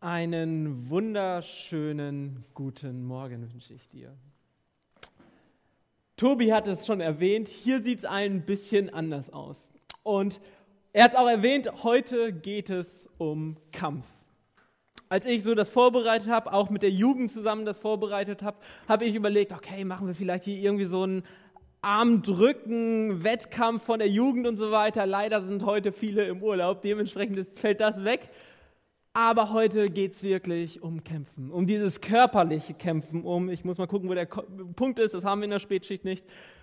Einen wunderschönen guten Morgen wünsche ich dir. Tobi hat es schon erwähnt, hier sieht es ein bisschen anders aus. Und er hat es auch erwähnt, heute geht es um Kampf. Als ich so das vorbereitet habe, auch mit der Jugend zusammen das vorbereitet habe, habe ich überlegt, okay, machen wir vielleicht hier irgendwie so einen Armdrücken-Wettkampf von der Jugend und so weiter. Leider sind heute viele im Urlaub, dementsprechend fällt das weg. Aber heute geht es wirklich um Kämpfen, um dieses körperliche Kämpfen, ich muss mal gucken, wo der Punkt ist, das haben wir in der Spätschicht nicht,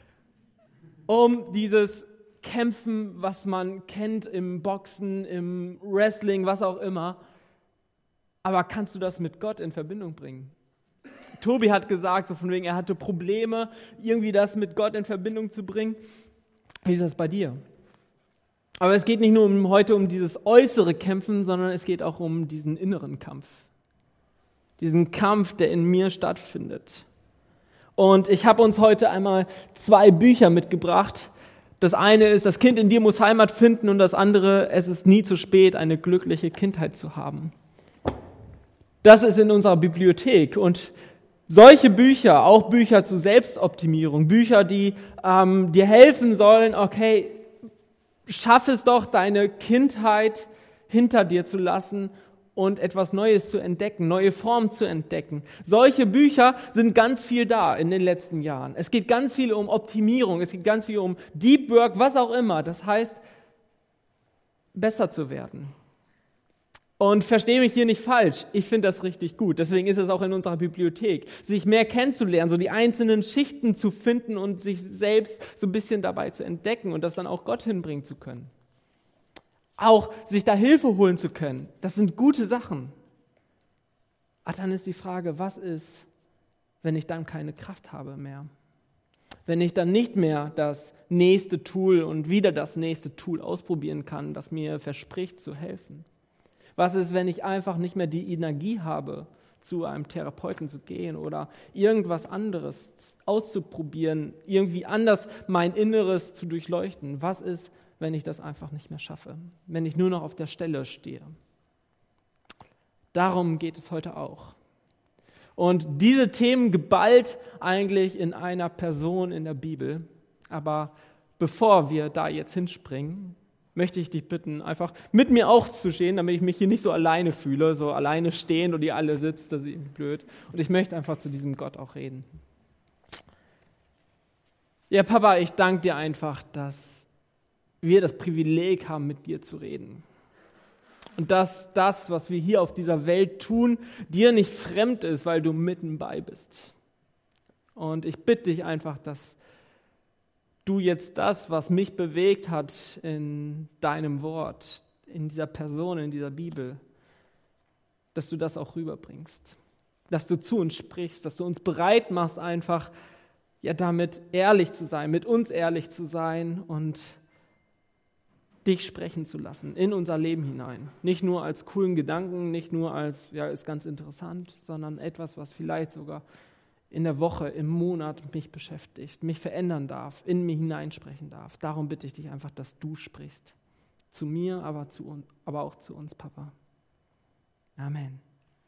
um dieses Kämpfen, was man kennt im Boxen, im Wrestling, was auch immer. Aber kannst du das mit Gott in Verbindung bringen? Tobi hat gesagt, so von wegen, er hatte Probleme, irgendwie das mit Gott in Verbindung zu bringen. Wie ist das bei dir? Aber es geht nicht nur heute um dieses äußere Kämpfen, sondern es geht auch um diesen inneren Kampf. Diesen Kampf, der in mir stattfindet. Und ich habe uns heute einmal 2 Bücher mitgebracht. Das eine ist, das Kind in dir muss Heimat finden, und das andere, es ist nie zu spät, eine glückliche Kindheit zu haben. Das ist in unserer Bibliothek, und solche Bücher, auch Bücher zur Selbstoptimierung, Bücher, die dir helfen sollen, okay, schaff es doch, deine Kindheit hinter dir zu lassen und etwas Neues zu entdecken, neue Formen zu entdecken. Solche Bücher sind ganz viel da in den letzten Jahren. Es geht ganz viel um Optimierung, es geht ganz viel um Deep Work, was auch immer. Das heißt, besser zu werden. Und verstehe mich hier nicht falsch, ich finde das richtig gut. Deswegen ist es auch in unserer Bibliothek, sich mehr kennenzulernen, so die einzelnen Schichten zu finden und sich selbst so ein bisschen dabei zu entdecken und das dann auch Gott hinbringen zu können. Auch sich da Hilfe holen zu können, das sind gute Sachen. Aber dann ist die Frage, was ist, wenn ich dann keine Kraft habe mehr? Wenn ich dann nicht mehr das nächste Tool und wieder das nächste Tool ausprobieren kann, das mir verspricht zu helfen? Was ist, wenn ich einfach nicht mehr die Energie habe, zu einem Therapeuten zu gehen oder irgendwas anderes auszuprobieren, irgendwie anders mein Inneres zu durchleuchten? Was ist, wenn ich das einfach nicht mehr schaffe, wenn ich nur noch auf der Stelle stehe? Darum geht es heute auch. Und diese Themen geballt eigentlich in einer Person in der Bibel. Aber bevor wir da jetzt hinspringen, möchte ich dich bitten, einfach mit mir aufzustehen, damit ich mich hier nicht so alleine fühle, so alleine stehen und ihr alle sitzt, das ist irgendwie blöd. Und ich möchte einfach zu diesem Gott auch reden. Ja, Papa, ich danke dir einfach, dass wir das Privileg haben, mit dir zu reden. Und dass das, was wir hier auf dieser Welt tun, dir nicht fremd ist, weil du mitten bei bist. Und ich bitte dich einfach, dass du jetzt das, was mich bewegt hat in deinem Wort, in dieser Person, in dieser Bibel, dass du das auch rüberbringst. Dass du zu uns sprichst, dass du uns bereit machst, einfach damit ehrlich zu sein, mit uns ehrlich zu sein und dich sprechen zu lassen in unser Leben hinein. Nicht nur als coolen Gedanken, nicht nur als, ist ganz interessant, sondern etwas, was vielleicht sogar in der Woche, im Monat mich beschäftigt, mich verändern darf, in mich hineinsprechen darf. Darum bitte ich dich einfach, dass du sprichst. Zu mir, aber auch zu uns, Papa. Amen.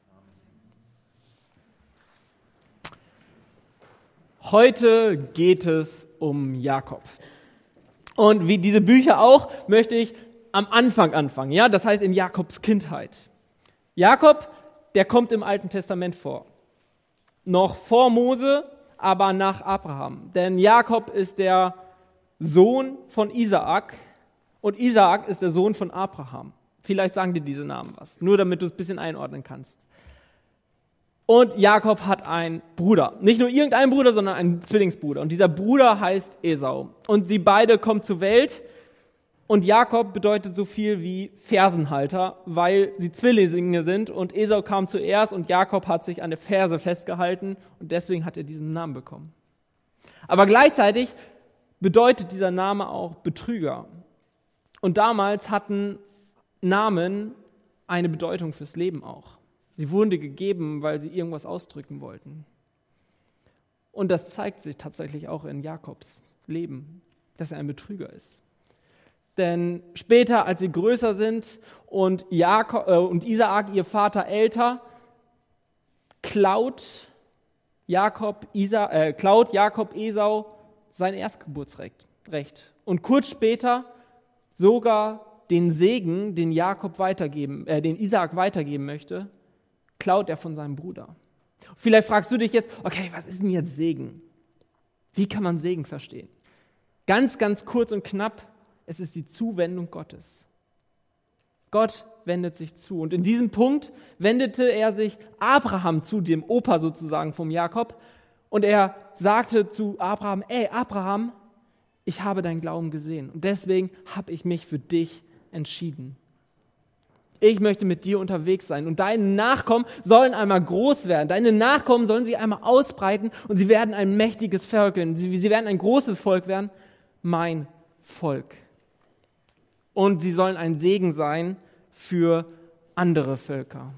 Heute geht es um Jakob. Und wie diese Bücher auch, möchte ich am Anfang anfangen. Ja? Das heißt in Jakobs Kindheit. Jakob, der kommt im Alten Testament vor. Noch vor Mose, aber nach Abraham. Denn Jakob ist der Sohn von Isaak und Isaak ist der Sohn von Abraham. Vielleicht sagen dir diese Namen was, nur damit du es ein bisschen einordnen kannst. Und Jakob hat einen Bruder. Nicht nur irgendeinen Bruder, sondern einen Zwillingsbruder. Und dieser Bruder heißt Esau. Und sie beide kommen zur Welt. Und Jakob bedeutet so viel wie Fersenhalter, weil sie Zwillinge sind und Esau kam zuerst und Jakob hat sich an der Ferse festgehalten und deswegen hat er diesen Namen bekommen. Aber gleichzeitig bedeutet dieser Name auch Betrüger. Und damals hatten Namen eine Bedeutung fürs Leben auch. Sie wurden dir gegeben, weil sie irgendwas ausdrücken wollten. Und das zeigt sich tatsächlich auch in Jakobs Leben, dass er ein Betrüger ist. Denn später, als sie größer sind und Isaak, ihr Vater, älter, klaut Jakob Esau sein Erstgeburtsrecht. Und kurz später sogar den Segen, den Isaak weitergeben möchte, klaut er von seinem Bruder. Vielleicht fragst du dich jetzt, okay, was ist denn jetzt Segen? Wie kann man Segen verstehen? Ganz, ganz kurz und knapp, es ist die Zuwendung Gottes. Gott wendet sich zu. Und in diesem Punkt wendete er sich Abraham zu, dem Opa sozusagen vom Jakob. Und er sagte zu Abraham, Abraham, ich habe deinen Glauben gesehen. Und deswegen habe ich mich für dich entschieden. Ich möchte mit dir unterwegs sein. Und deine Nachkommen sollen einmal groß werden. Deine Nachkommen sollen sich einmal ausbreiten und sie werden ein mächtiges Volk werden. Sie werden ein großes Volk werden. Mein Volk. Und sie sollen ein Segen sein für andere Völker.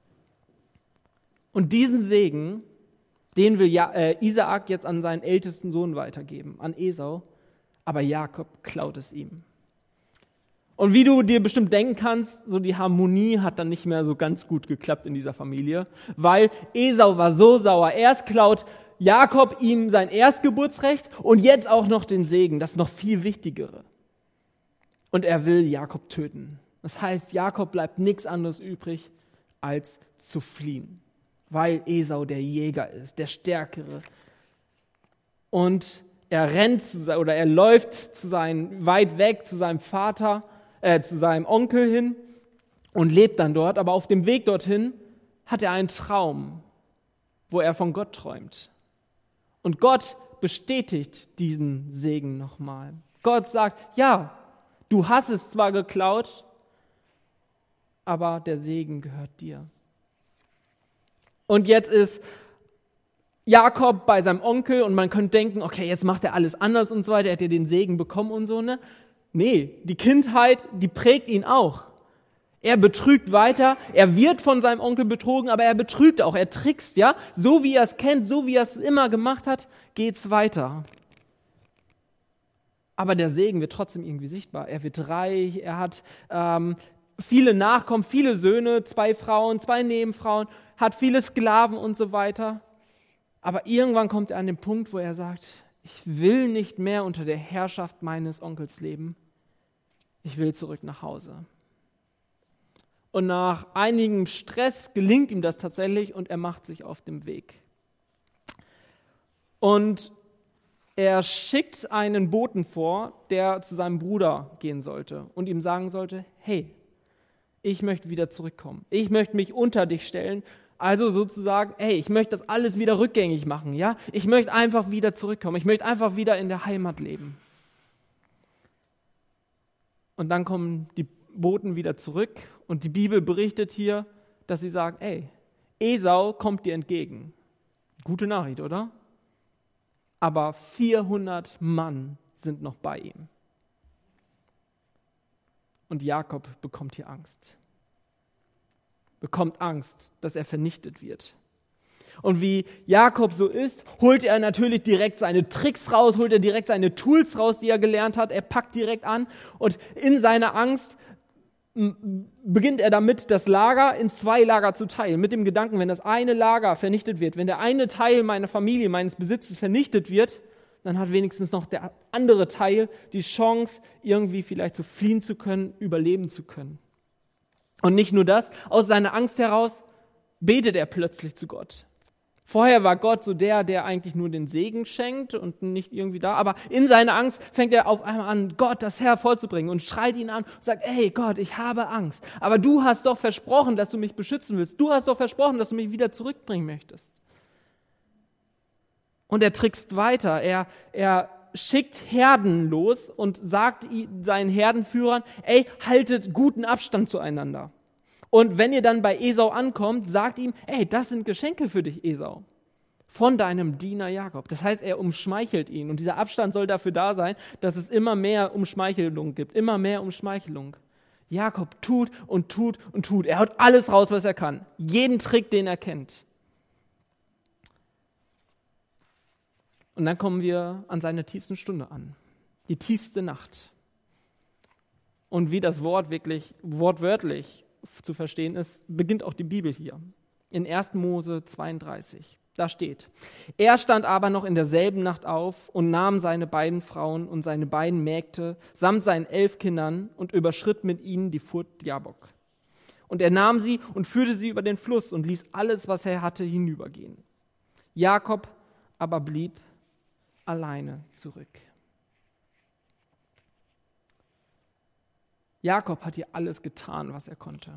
Und diesen Segen, den will Isaak jetzt an seinen ältesten Sohn weitergeben, an Esau, aber Jakob klaut es ihm. Und wie du dir bestimmt denken kannst, so die Harmonie hat dann nicht mehr so ganz gut geklappt in dieser Familie, weil Esau war so sauer. Erst klaut Jakob ihm sein Erstgeburtsrecht und jetzt auch noch den Segen, das noch viel Wichtigere. Und er will Jakob töten. Das heißt, Jakob bleibt nichts anderes übrig, als zu fliehen, weil Esau der Jäger ist, der Stärkere. Und er läuft weit weg zu seinem Vater, zu seinem Onkel hin und lebt dann dort. Aber auf dem Weg dorthin hat er einen Traum, wo er von Gott träumt. Und Gott bestätigt diesen Segen nochmal. Gott sagt, ja, du hast es zwar geklaut, aber der Segen gehört dir. Und jetzt ist Jakob bei seinem Onkel und man könnte denken, okay, jetzt macht er alles anders und so weiter, er hat ja den Segen bekommen und so, ne? Nee, die Kindheit, die prägt ihn auch. Er betrügt weiter, er wird von seinem Onkel betrogen, aber er betrügt auch, er trickst, ja? So wie er es kennt, so wie er es immer gemacht hat, geht's weiter. Aber der Segen wird trotzdem irgendwie sichtbar. Er wird reich, er hat viele Nachkommen, viele Söhne, 2 Frauen, 2 Nebenfrauen, hat viele Sklaven und so weiter. Aber irgendwann kommt er an den Punkt, wo er sagt, ich will nicht mehr unter der Herrschaft meines Onkels leben. Ich will zurück nach Hause. Und nach einigem Stress gelingt ihm das tatsächlich und er macht sich auf den Weg. Und er schickt einen Boten vor, der zu seinem Bruder gehen sollte und ihm sagen sollte, hey, ich möchte wieder zurückkommen. Ich möchte mich unter dich stellen. Also sozusagen, hey, ich möchte das alles wieder rückgängig machen, ja? Ich möchte einfach wieder zurückkommen. Ich möchte einfach wieder in der Heimat leben. Und dann kommen die Boten wieder zurück und die Bibel berichtet hier, dass sie sagen, ey, Esau kommt dir entgegen. Gute Nachricht, oder? Aber 400 Mann sind noch bei ihm. Und Jakob bekommt hier Angst. Bekommt Angst, dass er vernichtet wird. Und wie Jakob so ist, holt er natürlich direkt seine Tricks raus, holt er direkt seine Tools raus, die er gelernt hat. Er packt direkt an und in seiner Angst beginnt er damit, das Lager in 2 Lager zu teilen. Mit dem Gedanken, wenn das eine Lager vernichtet wird, wenn der eine Teil meiner Familie, meines Besitzes vernichtet wird, dann hat wenigstens noch der andere Teil die Chance, irgendwie vielleicht so fliehen zu können, überleben zu können. Und nicht nur das, aus seiner Angst heraus betet er plötzlich zu Gott. Vorher war Gott so der eigentlich nur den Segen schenkt und nicht irgendwie da, aber in seiner Angst fängt er auf einmal an, Gott das hervorzubringen und schreit ihn an und sagt, ey Gott, ich habe Angst, aber du hast doch versprochen, dass du mich beschützen willst, du hast doch versprochen, dass du mich wieder zurückbringen möchtest. Und er trickst weiter, er schickt Herden los und sagt seinen Herdenführern, ey, haltet guten Abstand zueinander. Und wenn ihr dann bei Esau ankommt, sagt ihm, ey, das sind Geschenke für dich, Esau, von deinem Diener Jakob. Das heißt, er umschmeichelt ihn. Und dieser Abstand soll dafür da sein, dass es immer mehr Umschmeichelung gibt, immer mehr Umschmeichelung. Jakob tut und tut und tut. Er haut alles raus, was er kann. Jeden Trick, den er kennt. Und dann kommen wir an seine tiefsten Stunde an. Die tiefste Nacht. Und wie das Wort wirklich wortwörtlich zu verstehen ist, beginnt auch die Bibel hier. In 1. Mose 32. Da steht: Er stand aber noch in derselben Nacht auf und nahm seine beiden Frauen und seine beiden Mägde samt seinen 11 Kindern und überschritt mit ihnen die Furt Jabok. Und er nahm sie und führte sie über den Fluss und ließ alles, was er hatte, hinübergehen. Jakob aber blieb alleine zurück. Jakob hat hier alles getan, was er konnte.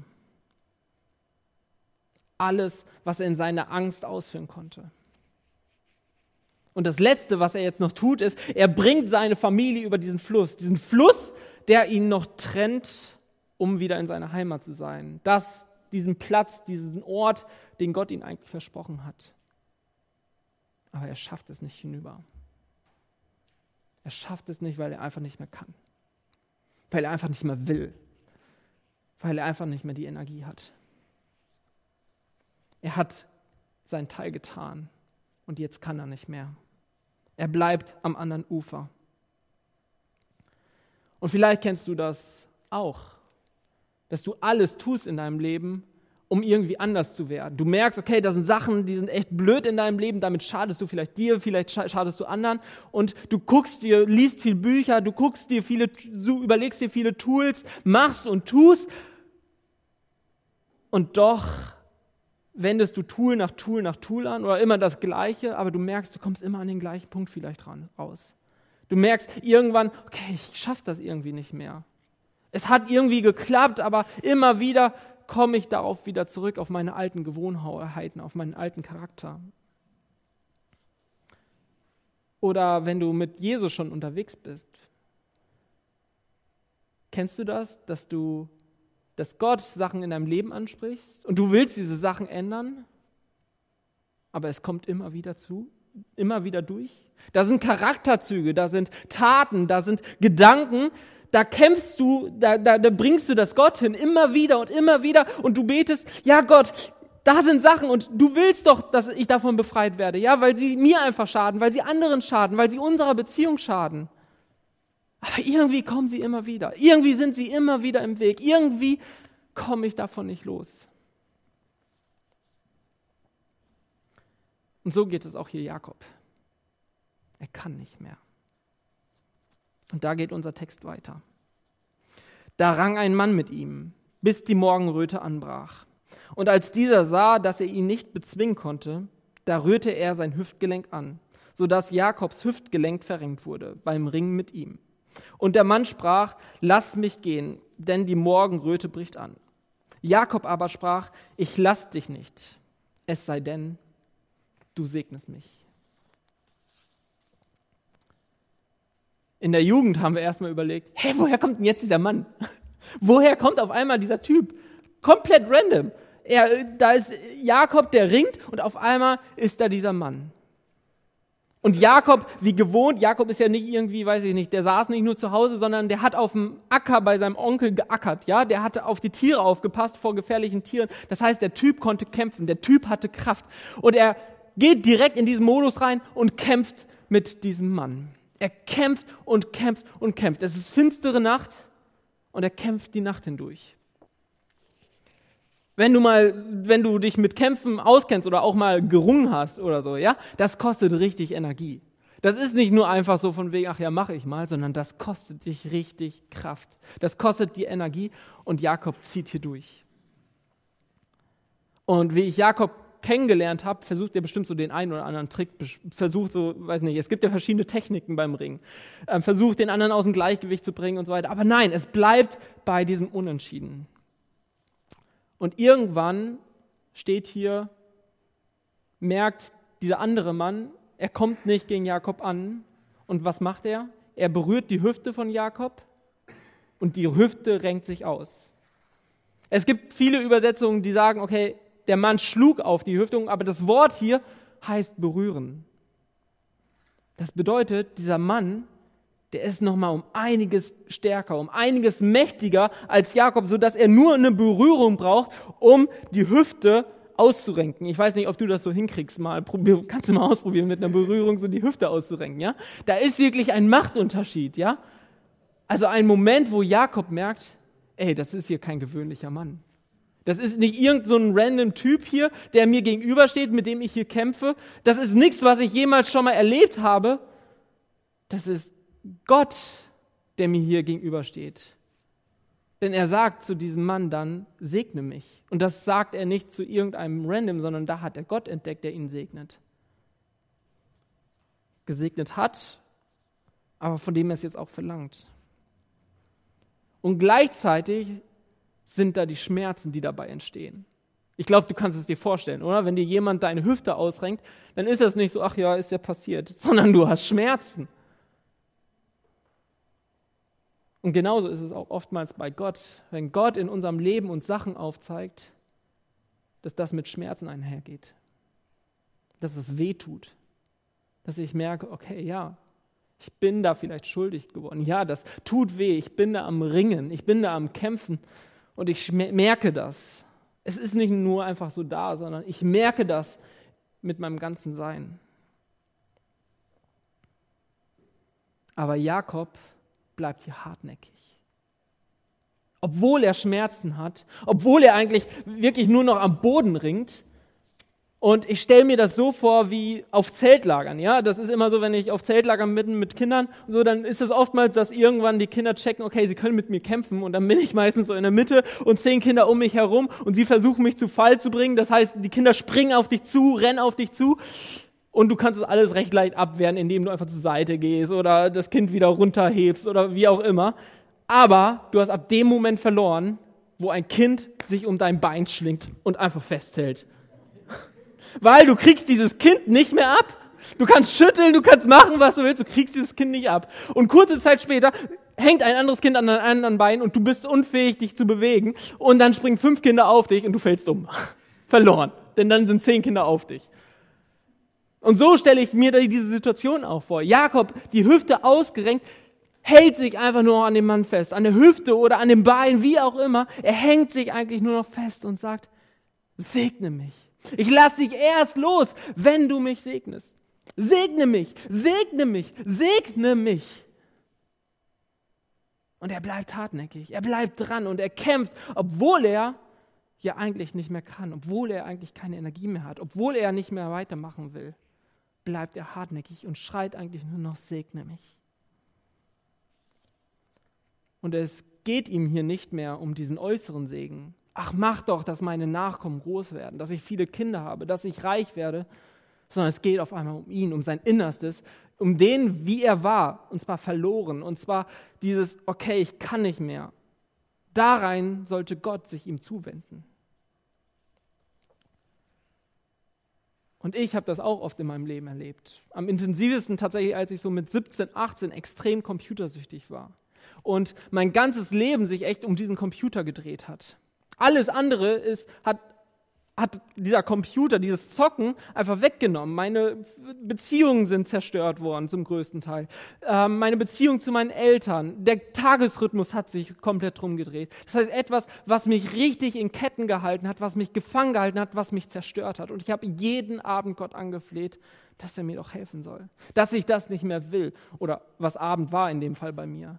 Alles, was er in seiner Angst ausführen konnte. Und das Letzte, was er jetzt noch tut, ist, er bringt seine Familie über diesen Fluss, der ihn noch trennt, um wieder in seiner Heimat zu sein. Diesen Platz, diesen Ort, den Gott ihm eigentlich versprochen hat. Aber er schafft es nicht hinüber. Er schafft es nicht, weil er einfach nicht mehr kann. Weil er einfach nicht mehr will. Weil er einfach nicht mehr die Energie hat. Er hat seinen Teil getan und jetzt kann er nicht mehr. Er bleibt am anderen Ufer. Und vielleicht kennst du das auch, dass du alles tust in deinem Leben, um irgendwie anders zu werden. Du merkst, okay, das sind Sachen, die sind echt blöd in deinem Leben, damit schadest du vielleicht dir, vielleicht schadest du anderen und du liest viele Bücher, du überlegst dir viele Tools, machst und tust und doch wendest du Tool nach Tool nach Tool an oder immer das Gleiche, aber du merkst, du kommst immer an den gleichen Punkt vielleicht raus. Du merkst irgendwann, okay, ich schaffe das irgendwie nicht mehr. Es hat irgendwie geklappt, aber immer wieder komme ich darauf wieder zurück, auf meine alten Gewohnheiten, auf meinen alten Charakter. Oder wenn du mit Jesus schon unterwegs bist. Kennst du das, dass Gott Sachen in deinem Leben ansprichst und du willst diese Sachen ändern, aber es kommt immer wieder durch? Da sind Charakterzüge, da sind Taten, da sind Gedanken, da kämpfst du, da bringst du das Gott hin, immer wieder und du betest, ja Gott, da sind Sachen und du willst doch, dass ich davon befreit werde, ja, weil sie mir einfach schaden, weil sie anderen schaden, weil sie unserer Beziehung schaden. Aber irgendwie kommen sie immer wieder, irgendwie sind sie immer wieder im Weg, irgendwie komme ich davon nicht los. Und so geht es auch hier Jakob. Er kann nicht mehr. Und da geht unser Text weiter. Da rang ein Mann mit ihm, bis die Morgenröte anbrach. Und als dieser sah, dass er ihn nicht bezwingen konnte, da rührte er sein Hüftgelenk an, sodass Jakobs Hüftgelenk verrenkt wurde beim Ringen mit ihm. Und der Mann sprach, lass mich gehen, denn die Morgenröte bricht an. Jakob aber sprach, ich lass dich nicht, es sei denn, du segnest mich. In der Jugend haben wir erstmal überlegt, hey, woher kommt denn jetzt dieser Mann? Woher kommt auf einmal dieser Typ? Komplett random. Da ist Jakob, der ringt und auf einmal ist da dieser Mann. Und Jakob, wie gewohnt, Jakob ist ja nicht irgendwie, weiß ich nicht, der saß nicht nur zu Hause, sondern der hat auf dem Acker bei seinem Onkel geackert, ja, der hatte auf die Tiere aufgepasst, vor gefährlichen Tieren. Das heißt, der Typ konnte kämpfen, der Typ hatte Kraft. Und er geht direkt in diesen Modus rein und kämpft mit diesem Mann. Er kämpft und kämpft und kämpft. Es ist finstere Nacht und er kämpft die Nacht hindurch. Wenn du dich mit Kämpfen auskennst oder auch mal gerungen hast oder so, ja, das kostet richtig Energie. Das ist nicht nur einfach so von wegen, ach ja, mache ich mal, sondern das kostet dich richtig Kraft. Das kostet dir Energie und Jakob zieht hier durch. Und wie ich Jakob kennengelernt habe, versucht er bestimmt so den einen oder anderen Trick, versucht so, weiß nicht, es gibt ja verschiedene Techniken beim Ringen, versucht den anderen aus dem Gleichgewicht zu bringen und so weiter. Aber nein, es bleibt bei diesem Unentschieden. Und irgendwann steht hier, merkt dieser andere Mann, er kommt nicht gegen Jakob an. Und was macht er? Er berührt die Hüfte von Jakob und die Hüfte renkt sich aus. Es gibt viele Übersetzungen, die sagen, okay, der Mann schlug auf die Hüfte, aber das Wort hier heißt berühren. Das bedeutet, dieser Mann, der ist nochmal um einiges stärker, um einiges mächtiger als Jakob, sodass er nur eine Berührung braucht, um die Hüfte auszurenken. Ich weiß nicht, ob du das so hinkriegst, kannst du mal ausprobieren, mit einer Berührung so die Hüfte auszurenken, ja? Da ist wirklich ein Machtunterschied, ja? Also ein Moment, wo Jakob merkt, ey, das ist hier kein gewöhnlicher Mann. Das ist nicht irgend so ein random Typ hier, der mir gegenübersteht, mit dem ich hier kämpfe. Das ist nichts, was ich jemals schon mal erlebt habe. Das ist Gott, der mir hier gegenübersteht. Denn er sagt zu diesem Mann dann, segne mich. Und das sagt er nicht zu irgendeinem Random, sondern da hat er Gott entdeckt, der ihn segnet. Gesegnet hat, aber von dem er es jetzt auch verlangt. Und gleichzeitig sind da die Schmerzen, die dabei entstehen. Ich glaube, du kannst es dir vorstellen, oder? Wenn dir jemand deine Hüfte ausrenkt, dann ist das nicht so, ach ja, ist ja passiert, sondern du hast Schmerzen. Und genauso ist es auch oftmals bei Gott, wenn Gott in unserem Leben uns Sachen aufzeigt, dass das mit Schmerzen einhergeht. Dass es weh tut. Dass ich merke, okay, ja, ich bin da vielleicht schuldig geworden. Ja, das tut weh. Ich bin da am Ringen. Ich bin da am Kämpfen. Und ich merke das. Es ist nicht nur einfach so da, sondern ich merke das mit meinem ganzen Sein. Aber Jakob bleibt hier hartnäckig. Obwohl er Schmerzen hat, obwohl er eigentlich wirklich nur noch am Boden ringt. Und ich stelle mir das so vor wie auf Zeltlagern. Ja, das ist immer so, wenn ich auf Zeltlagern bin mit Kindern, so, dann ist es oftmals, dass irgendwann die Kinder checken, okay, sie können mit mir kämpfen. Und dann bin ich meistens so in der Mitte und 10 Kinder um mich herum und sie versuchen mich zu Fall zu bringen. Das heißt, die Kinder springen auf dich zu, rennen auf dich zu. Und du kannst es alles recht leicht abwehren, indem du einfach zur Seite gehst oder das Kind wieder runterhebst oder wie auch immer. Aber du hast ab dem Moment verloren, wo ein Kind sich um dein Bein schlingt und einfach festhält. Weil du kriegst dieses Kind nicht mehr ab. Du kannst schütteln, du kannst machen, was du willst, du kriegst dieses Kind nicht ab. Und kurze Zeit später hängt ein anderes Kind an einem anderen Bein und du bist unfähig, dich zu bewegen. Und dann springen 5 Kinder auf dich und du fällst um. Verloren. Denn dann sind 10 Kinder auf dich. Und so stelle ich mir diese Situation auch vor. Jakob, die Hüfte ausgerenkt, hält sich einfach nur noch an dem Mann fest. An der Hüfte oder an dem Bein, wie auch immer. Er hängt sich eigentlich nur noch fest und sagt, segne mich. Ich lasse dich erst los, wenn du mich segnest. Segne mich, segne mich, segne mich. Und er bleibt hartnäckig, er bleibt dran und er kämpft, obwohl er ja eigentlich nicht mehr kann, obwohl er eigentlich keine Energie mehr hat, obwohl er nicht mehr weitermachen will, bleibt er hartnäckig und schreit eigentlich nur noch, segne mich. Und es geht ihm hier nicht mehr um diesen äußeren Segen. Ach, mach doch, dass meine Nachkommen groß werden, dass ich viele Kinder habe, dass ich reich werde, sondern es geht auf einmal um ihn, um sein Innerstes, um den, wie er war, und zwar verloren, und zwar dieses, okay, ich kann nicht mehr. Darein sollte Gott sich ihm zuwenden. Und ich habe das auch oft in meinem Leben erlebt. Am intensivsten tatsächlich, als ich so mit 17, 18 extrem computersüchtig war. Und mein ganzes Leben sich echt um diesen Computer gedreht hat. Alles andere hat dieser Computer, dieses Zocken einfach weggenommen. Meine Beziehungen sind zerstört worden zum größten Teil. Meine Beziehung zu meinen Eltern, der Tagesrhythmus hat sich komplett drum gedreht. Das heißt, etwas, was mich richtig in Ketten gehalten hat, was mich gefangen gehalten hat, was mich zerstört hat. Und ich habe jeden Abend Gott angefleht, dass er mir doch helfen soll. Dass ich das nicht mehr will. Oder was Abend war in dem Fall bei mir.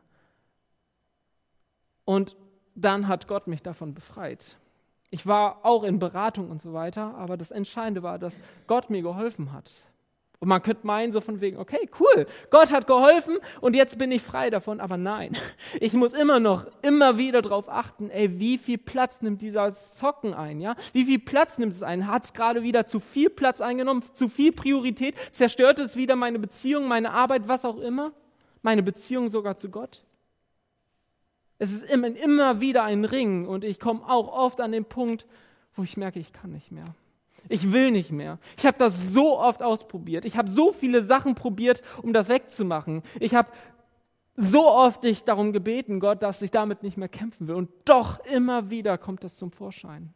Und dann hat Gott mich davon befreit. Ich war auch in Beratung und so weiter, aber das Entscheidende war, dass Gott mir geholfen hat. Und man könnte meinen, so von wegen, okay, cool, Gott hat geholfen und jetzt bin ich frei davon. Aber nein, ich muss immer wieder darauf achten, wie viel Platz nimmt dieser Zocken ein, ja? Wie viel Platz nimmt es ein? Hat es gerade wieder zu viel Platz eingenommen, zu viel Priorität? Zerstört es wieder meine Beziehung, meine Arbeit, was auch immer? Meine Beziehung sogar zu Gott? Es ist immer wieder ein Ring und ich komme auch oft an den Punkt, wo ich merke, ich kann nicht mehr. Ich will nicht mehr. Ich habe das so oft ausprobiert. Ich habe so viele Sachen probiert, um das wegzumachen. Ich habe so oft dich darum gebeten, Gott, dass ich damit nicht mehr kämpfen will. Und doch immer wieder kommt das zum Vorschein.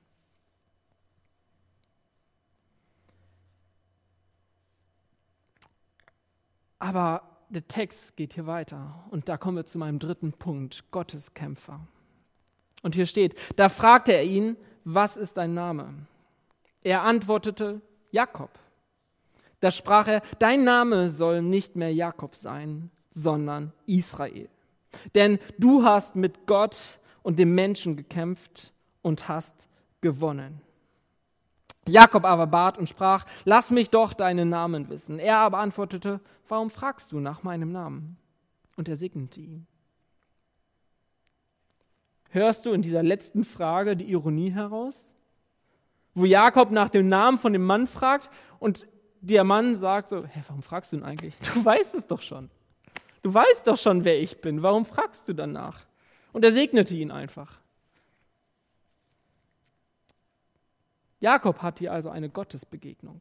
Aber der Text geht hier weiter und da kommen wir zu meinem dritten Punkt, Gottes Kämpfer. Und hier steht, da fragte er ihn, was ist dein Name? Er antwortete, Jakob. Da sprach er, dein Name soll nicht mehr Jakob sein, sondern Israel. Denn du hast mit Gott und dem Menschen gekämpft und hast gewonnen. Jakob aber bat und sprach, lass mich doch deinen Namen wissen. Er aber antwortete, warum fragst du nach meinem Namen? Und er segnete ihn. Hörst du in dieser letzten Frage die Ironie heraus? Wo Jakob nach dem Namen von dem Mann fragt und der Mann sagt so, warum fragst du ihn eigentlich? Du weißt es doch schon. Du weißt doch schon, wer ich bin. Warum fragst du danach? Und er segnete ihn einfach. Jakob hat hier also eine Gottesbegegnung.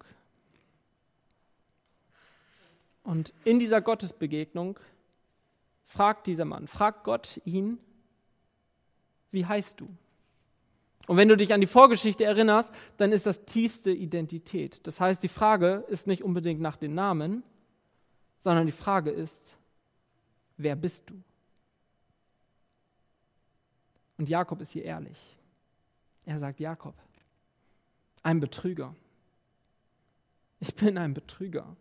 Und in dieser Gottesbegegnung fragt Gott ihn, wie heißt du? Und wenn du dich an die Vorgeschichte erinnerst, dann ist das tiefste Identität. Das heißt, die Frage ist nicht unbedingt nach den Namen, sondern die Frage ist, wer bist du? Und Jakob ist hier ehrlich. Er sagt, Jakob, ein Betrüger. Ich bin ein Betrüger.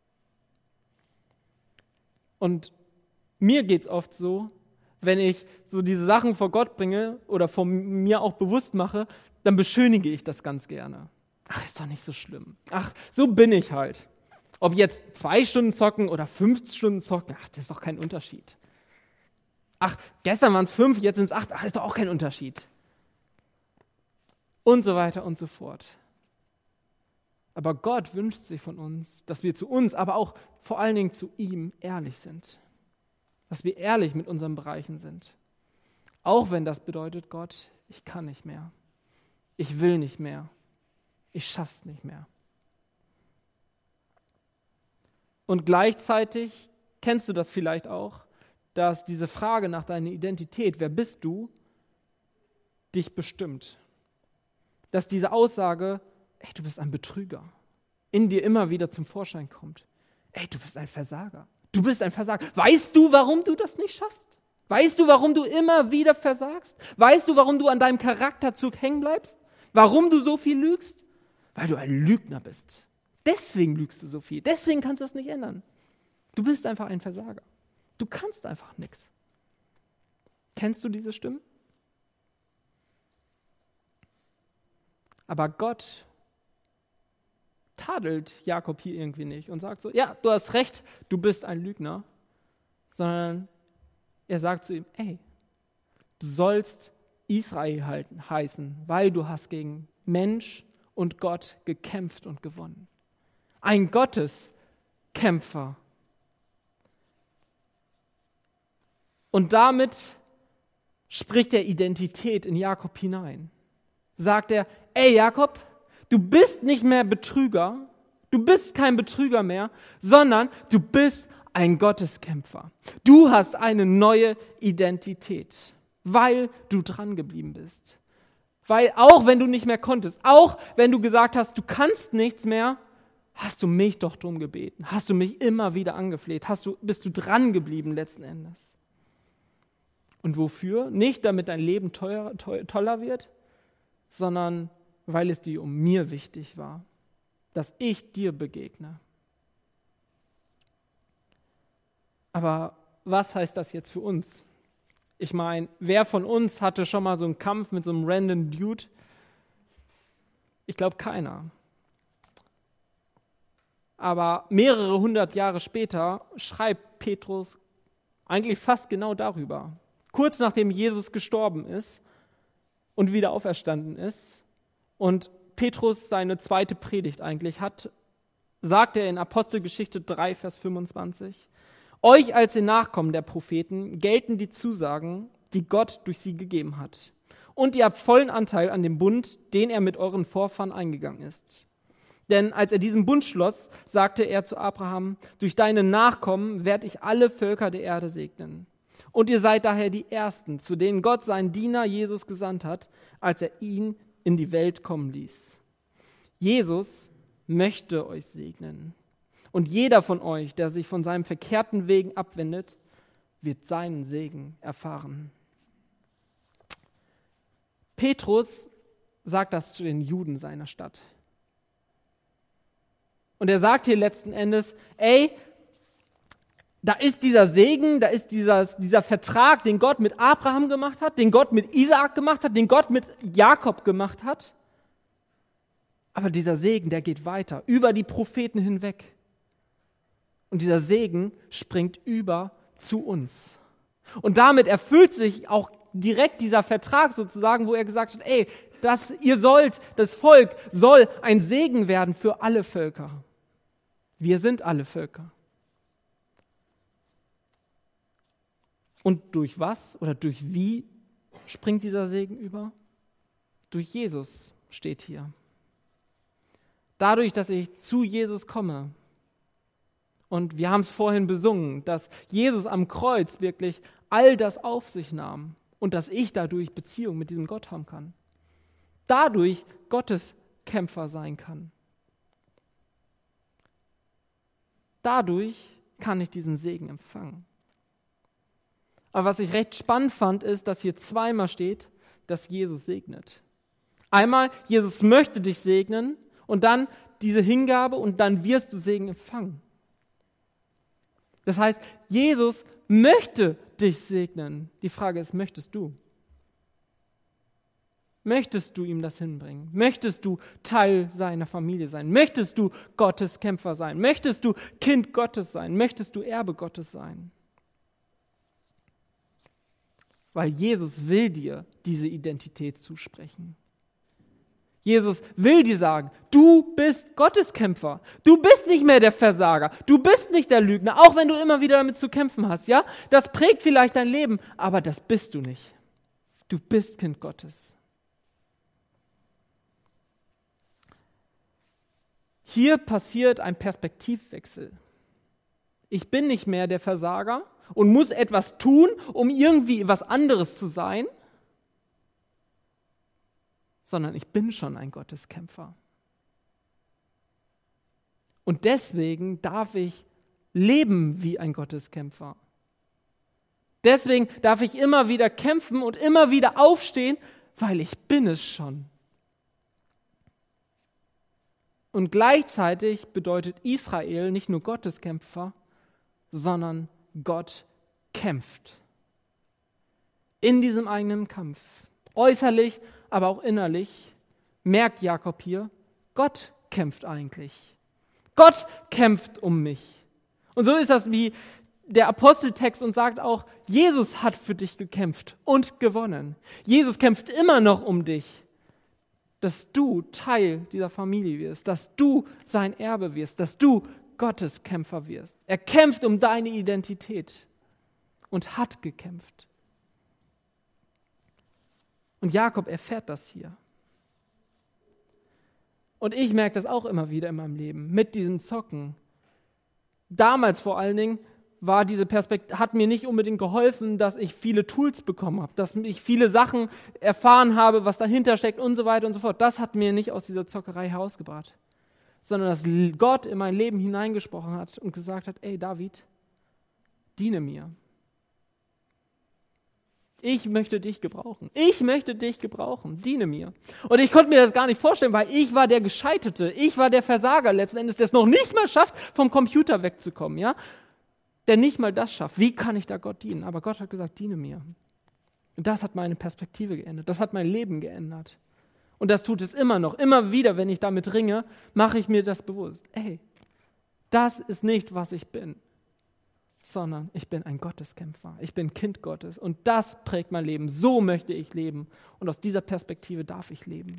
Und mir geht es oft so, wenn ich so diese Sachen vor Gott bringe oder vor mir auch bewusst mache, dann beschönige ich das ganz gerne. Ach, ist doch nicht so schlimm. Ach, so bin ich halt. Ob jetzt 2 Stunden zocken oder 5 Stunden zocken, ach, das ist doch kein Unterschied. Ach, gestern waren es 5, jetzt sind es 8, ach, ist doch auch kein Unterschied. Und so weiter und so fort. Aber Gott wünscht sich von uns, dass wir zu uns, aber auch vor allen Dingen zu ihm ehrlich sind. Dass wir ehrlich mit unseren Bereichen sind. Auch wenn das bedeutet, Gott, ich kann nicht mehr. Ich will nicht mehr. Ich schaff's nicht mehr. Und gleichzeitig kennst du das vielleicht auch, dass diese Frage nach deiner Identität, wer bist du, dich bestimmt. Dass diese Aussage, ey, du bist ein Betrüger, in dir immer wieder zum Vorschein kommt. Ey, du bist ein Versager. Du bist ein Versager. Weißt du, warum du das nicht schaffst? Weißt du, warum du immer wieder versagst? Weißt du, warum du an deinem Charakterzug hängen bleibst? Warum du so viel lügst? Weil du ein Lügner bist. Deswegen lügst du so viel. Deswegen kannst du das nicht ändern. Du bist einfach ein Versager. Du kannst einfach nichts. Kennst du diese Stimmen? Aber Gott tadelt Jakob hier irgendwie nicht und sagt so, ja, du hast recht, du bist ein Lügner, sondern er sagt zu ihm, ey, du sollst Israel heißen, weil du hast gegen Mensch und Gott gekämpft und gewonnen. Ein Gotteskämpfer. Und damit spricht er Identität in Jakob hinein. Sagt er, ey Jakob, du bist nicht mehr Betrüger, du bist kein Betrüger mehr, sondern du bist ein Gotteskämpfer. Du hast eine neue Identität, weil du dran geblieben bist. Weil auch wenn du nicht mehr konntest, auch wenn du gesagt hast, du kannst nichts mehr, hast du mich doch drum gebeten, hast du mich immer wieder angefleht, bist du dran geblieben letzten Endes. Und wofür? Nicht, damit dein Leben toller wird, sondern weil es dir um mir wichtig war, dass ich dir begegne. Aber was heißt das jetzt für uns? Ich meine, wer von uns hatte schon mal so einen Kampf mit so einem random Dude? Ich glaube, keiner. Aber mehrere 100 Jahre später schreibt Petrus eigentlich fast genau darüber. Kurz nachdem Jesus gestorben ist und wieder auferstanden ist und Petrus seine zweite Predigt eigentlich hat, sagt er in Apostelgeschichte 3, Vers 25, euch als den Nachkommen der Propheten gelten die Zusagen, die Gott durch sie gegeben hat. Und ihr habt vollen Anteil an dem Bund, den er mit euren Vorfahren eingegangen ist. Denn als er diesen Bund schloss, sagte er zu Abraham, durch deine Nachkommen werde ich alle Völker der Erde segnen. Und ihr seid daher die Ersten, zu denen Gott seinen Diener Jesus gesandt hat, als er ihn in die Welt kommen ließ. Jesus möchte euch segnen. Und jeder von euch, der sich von seinem verkehrten Wegen abwendet, wird seinen Segen erfahren. Petrus sagt das zu den Juden seiner Stadt. Und er sagt hier letzten Endes, ey, Da ist dieser Segen, da ist dieser Vertrag, den Gott mit Abraham gemacht hat, den Gott mit Isaak gemacht hat, den Gott mit Jakob gemacht hat. Aber dieser Segen, der geht weiter, über die Propheten hinweg. Und dieser Segen springt über zu uns. Und damit erfüllt sich auch direkt dieser Vertrag sozusagen, wo er gesagt hat, das Volk soll ein Segen werden für alle Völker. Wir sind alle Völker. Und durch was oder durch wie springt dieser Segen über? Durch Jesus steht hier. Dadurch, dass ich zu Jesus komme. Und wir haben es vorhin besungen, dass Jesus am Kreuz wirklich all das auf sich nahm und dass ich dadurch Beziehung mit diesem Gott haben kann. Dadurch Gottes Kämpfer sein kann. Dadurch kann ich diesen Segen empfangen. Aber was ich recht spannend fand, ist, dass hier zweimal steht, dass Jesus segnet. Einmal, Jesus möchte dich segnen und dann diese Hingabe und dann wirst du Segen empfangen. Das heißt, Jesus möchte dich segnen. Die Frage ist, möchtest du? Möchtest du ihm das hinbringen? Möchtest du Teil seiner Familie sein? Möchtest du Gottes Kämpfer sein? Möchtest du Kind Gottes sein? Möchtest du Erbe Gottes sein? Weil Jesus will dir diese Identität zusprechen. Jesus will dir sagen, du bist Gotteskämpfer. Du bist nicht mehr der Versager. Du bist nicht der Lügner, auch wenn du immer wieder damit zu kämpfen hast. Ja, das prägt vielleicht dein Leben, aber das bist du nicht. Du bist Kind Gottes. Hier passiert ein Perspektivwechsel. Ich bin nicht mehr der Versager und muss etwas tun, um irgendwie was anderes zu sein, sondern ich bin schon ein Gotteskämpfer. Und deswegen darf ich leben wie ein Gotteskämpfer. Deswegen darf ich immer wieder kämpfen und immer wieder aufstehen, weil ich bin es schon. Und gleichzeitig bedeutet Israel nicht nur Gotteskämpfer, sondern Gott kämpft. In diesem eigenen Kampf. Äußerlich, aber auch innerlich merkt Jakob hier, Gott kämpft eigentlich. Gott kämpft um mich. Und so ist das, wie der Aposteltext uns sagt auch, Jesus hat für dich gekämpft und gewonnen. Jesus kämpft immer noch um dich, dass du Teil dieser Familie wirst, dass du sein Erbe wirst, dass du Gottes Kämpfer wirst. Er kämpft um deine Identität und hat gekämpft. Und Jakob erfährt das hier. Und ich merke das auch immer wieder in meinem Leben, mit diesem Zocken. Damals vor allen Dingen war diese Perspektive, hat mir nicht unbedingt geholfen, dass ich viele Tools bekommen habe, dass ich viele Sachen erfahren habe, was dahinter steckt und so weiter und so fort. Das hat mir nicht aus dieser Zockerei herausgebracht, sondern dass Gott in mein Leben hineingesprochen hat und gesagt hat, ey David, diene mir. Ich möchte dich gebrauchen. Ich möchte dich gebrauchen. Diene mir. Und ich konnte mir das gar nicht vorstellen, weil ich war der Gescheiterte. Ich war der Versager letzten Endes, der es noch nicht mal schafft, vom Computer wegzukommen. Ja? Der nicht mal das schafft. Wie kann ich da Gott dienen? Aber Gott hat gesagt, diene mir. Und das hat meine Perspektive geändert. Das hat mein Leben geändert. Und das tut es immer noch. Immer wieder, wenn ich damit ringe, mache ich mir das bewusst. Ey, das ist nicht, was ich bin, sondern ich bin ein Gotteskämpfer. Ich bin Kind Gottes und das prägt mein Leben. So möchte ich leben und aus dieser Perspektive darf ich leben.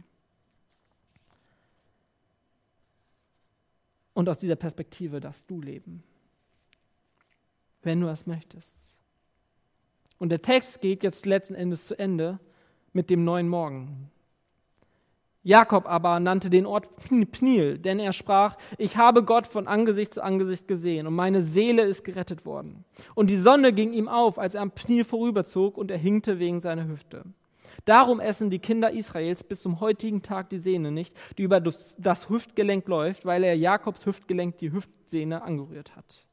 Und aus dieser Perspektive darfst du leben, wenn du das möchtest. Und der Text geht jetzt letzten Endes zu Ende mit dem neuen Morgen. Jakob aber nannte den Ort Pniel, denn er sprach, ich habe Gott von Angesicht zu Angesicht gesehen und meine Seele ist gerettet worden. Und die Sonne ging ihm auf, als er am Pniel vorüberzog und er hinkte wegen seiner Hüfte. Darum essen die Kinder Israels bis zum heutigen Tag die Sehne nicht, die über das Hüftgelenk läuft, weil er Jakobs Hüftgelenk die Hüftsehne angerührt hat.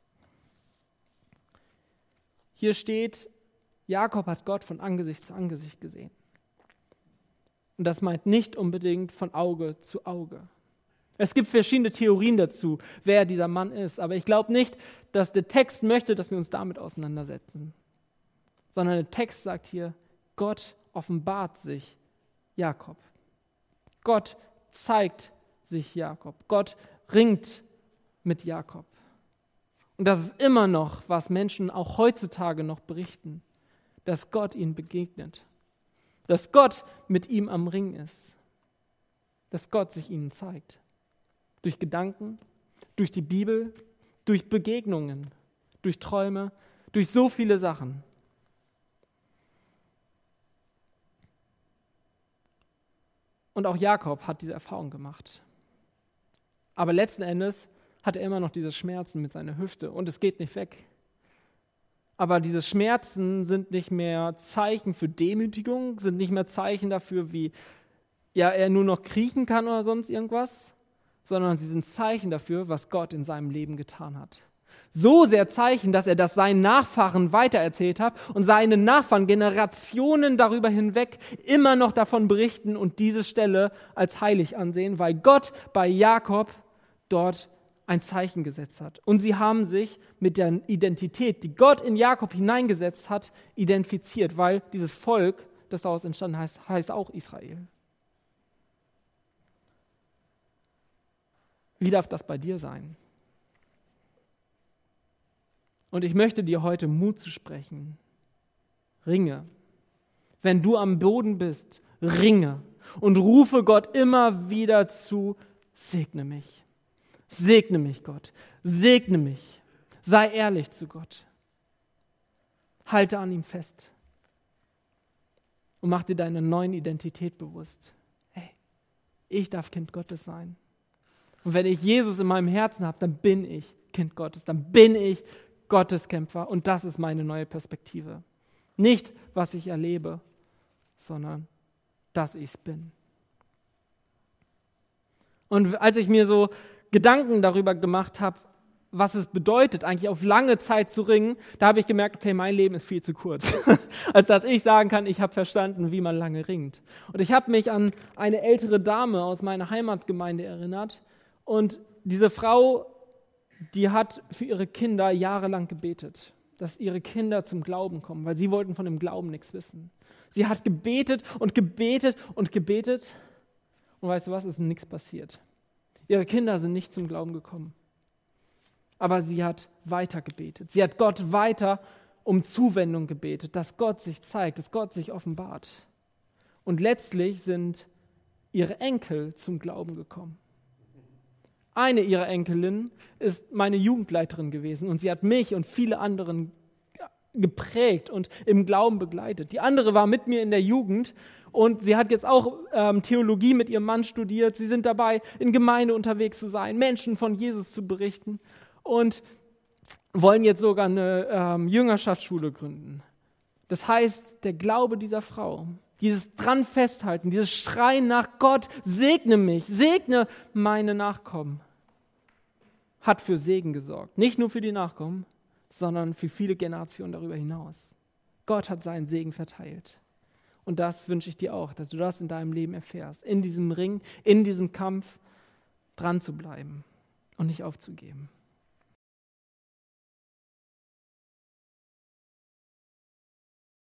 Hier steht, Jakob hat Gott von Angesicht zu Angesicht gesehen. Und das meint nicht unbedingt von Auge zu Auge. Es gibt verschiedene Theorien dazu, wer dieser Mann ist. Aber ich glaube nicht, dass der Text möchte, dass wir uns damit auseinandersetzen. Sondern der Text sagt hier, Gott offenbart sich Jakob. Gott zeigt sich Jakob. Gott ringt mit Jakob. Und das ist immer noch, was Menschen auch heutzutage noch berichten, dass Gott ihnen begegnet, dass Gott mit ihm am Ring ist, dass Gott sich ihnen zeigt. Durch Gedanken, durch die Bibel, durch Begegnungen, durch Träume, durch so viele Sachen. Und auch Jakob hat diese Erfahrung gemacht. Aber letzten Endes hat er immer noch diese Schmerzen mit seiner Hüfte und es geht nicht weg. Aber diese Schmerzen sind nicht mehr Zeichen für Demütigung, sind nicht mehr Zeichen dafür, wie er nur noch kriechen kann oder sonst irgendwas, sondern sie sind Zeichen dafür, was Gott in seinem Leben getan hat. So sehr Zeichen, dass er das seinen Nachfahren weitererzählt hat und seine Nachfahren Generationen darüber hinweg immer noch davon berichten und diese Stelle als heilig ansehen, weil Gott bei Jakob dort ein Zeichen gesetzt hat. Und sie haben sich mit der Identität, die Gott in Jakob hineingesetzt hat, identifiziert, weil dieses Volk, das daraus entstanden heißt auch Israel. Wie darf das bei dir sein? Und ich möchte dir heute Mut zu sprechen. Ringe. Wenn du am Boden bist, ringe und rufe Gott immer wieder zu, segne mich. Segne mich, Gott. Segne mich. Sei ehrlich zu Gott. Halte an ihm fest. Und mach dir deine neue Identität bewusst. Hey, ich darf Kind Gottes sein. Und wenn ich Jesus in meinem Herzen habe, dann bin ich Kind Gottes. Dann bin ich Gotteskämpfer. Und das ist meine neue Perspektive. Nicht, was ich erlebe, sondern, dass ich es bin. Und als ich mir so Gedanken darüber gemacht habe, was es bedeutet, eigentlich auf lange Zeit zu ringen, da habe ich gemerkt, okay, mein Leben ist viel zu kurz, als dass ich sagen kann, ich habe verstanden, wie man lange ringt. Und ich habe mich an eine ältere Dame aus meiner Heimatgemeinde erinnert und diese Frau, die hat für ihre Kinder jahrelang gebetet, dass ihre Kinder zum Glauben kommen, weil sie wollten von dem Glauben nichts wissen. Sie hat gebetet und gebetet und gebetet und weißt du was, es ist nichts passiert. Ihre Kinder sind nicht zum Glauben gekommen. Aber sie hat weiter gebetet. Sie hat Gott weiter um Zuwendung gebetet, dass Gott sich zeigt, dass Gott sich offenbart. Und letztlich sind ihre Enkel zum Glauben gekommen. Eine ihrer Enkelinnen ist meine Jugendleiterin gewesen und sie hat mich und viele anderen geprägt und im Glauben begleitet. Die andere war mit mir in der Jugend und sie hat jetzt auch Theologie mit ihrem Mann studiert. Sie sind dabei, in Gemeinde unterwegs zu sein, Menschen von Jesus zu berichten und wollen jetzt sogar eine Jüngerschaftsschule gründen. Das heißt, der Glaube dieser Frau, dieses dran festhalten, dieses Schreien nach Gott, segne mich, segne meine Nachkommen, hat für Segen gesorgt. Nicht nur für die Nachkommen, sondern für viele Generationen darüber hinaus. Gott hat seinen Segen verteilt. Und das wünsche ich dir auch, dass du das in deinem Leben erfährst. In diesem Ring, in diesem Kampf dran zu bleiben und nicht aufzugeben.